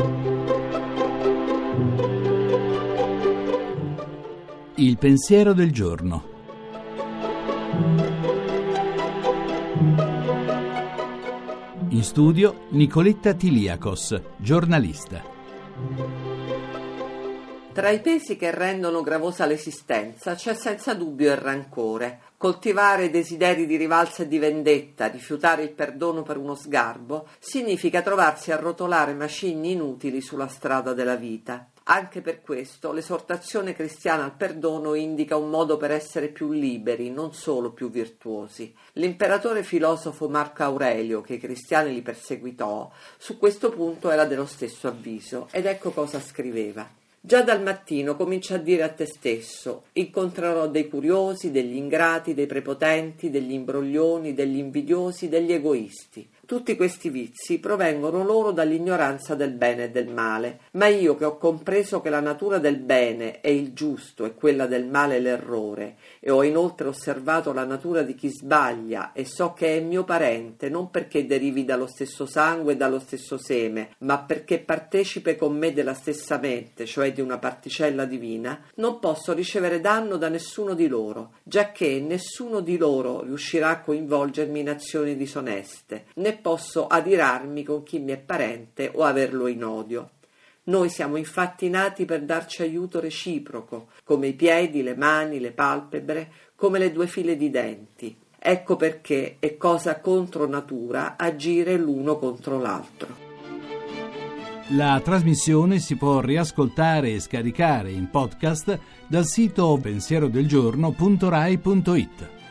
Il pensiero del giorno. In studio Nicoletta Tiliakos, giornalista. Tra i pesi che rendono gravosa l'esistenza c'è senza dubbio il rancore. Coltivare desideri di rivalsa e di vendetta, rifiutare il perdono per uno sgarbo, significa trovarsi a rotolare macigni inutili sulla strada della vita. Anche per questo l'esortazione cristiana al perdono indica un modo per essere più liberi, non solo più virtuosi. L'imperatore filosofo Marco Aurelio, che i cristiani li perseguitò, su questo punto era dello stesso avviso, ed ecco cosa scriveva. Già dal mattino comincia a dire a te stesso: incontrerò dei curiosi, degli ingrati, dei prepotenti, degli imbroglioni, degli invidiosi, degli egoisti. Tutti questi vizi provengono loro dall'ignoranza del bene e del male, ma io che ho compreso che la natura del bene è il giusto e quella del male l'errore, e ho inoltre osservato la natura di chi sbaglia e so che è mio parente non perché derivi dallo stesso sangue e dallo stesso seme, ma perché partecipe con me della stessa mente, cioè di una particella divina, non posso ricevere danno da nessuno di loro, giacché nessuno di loro riuscirà a coinvolgermi in azioni disoneste, né posso adirarmi con chi mi è parente o averlo in odio. Noi siamo infatti nati per darci aiuto reciproco, come i piedi, le mani, le palpebre, come le due file di denti. Ecco perché è cosa contro natura agire l'uno contro l'altro. La trasmissione si può riascoltare e scaricare in podcast dal sito pensierodelgiorno.rai.it.